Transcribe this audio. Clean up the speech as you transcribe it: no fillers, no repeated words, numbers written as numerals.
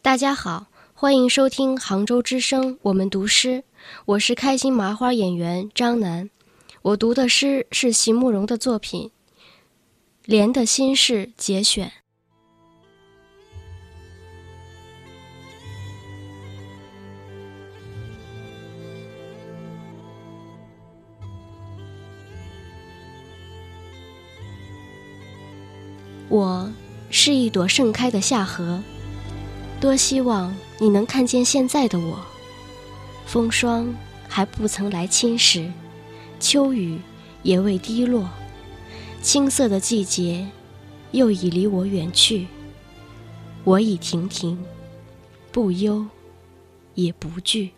大家好，欢迎收听杭州之声我们读诗，我是开心麻花演员张楠。我读的诗是席慕容的作品《莲的心事》节选。我是一朵盛开的夏荷，多希望你能看见现在的我。风霜还不曾来侵蚀，秋雨也未滴落，青涩的季节又已离我远去。我已亭亭，不忧也不惧。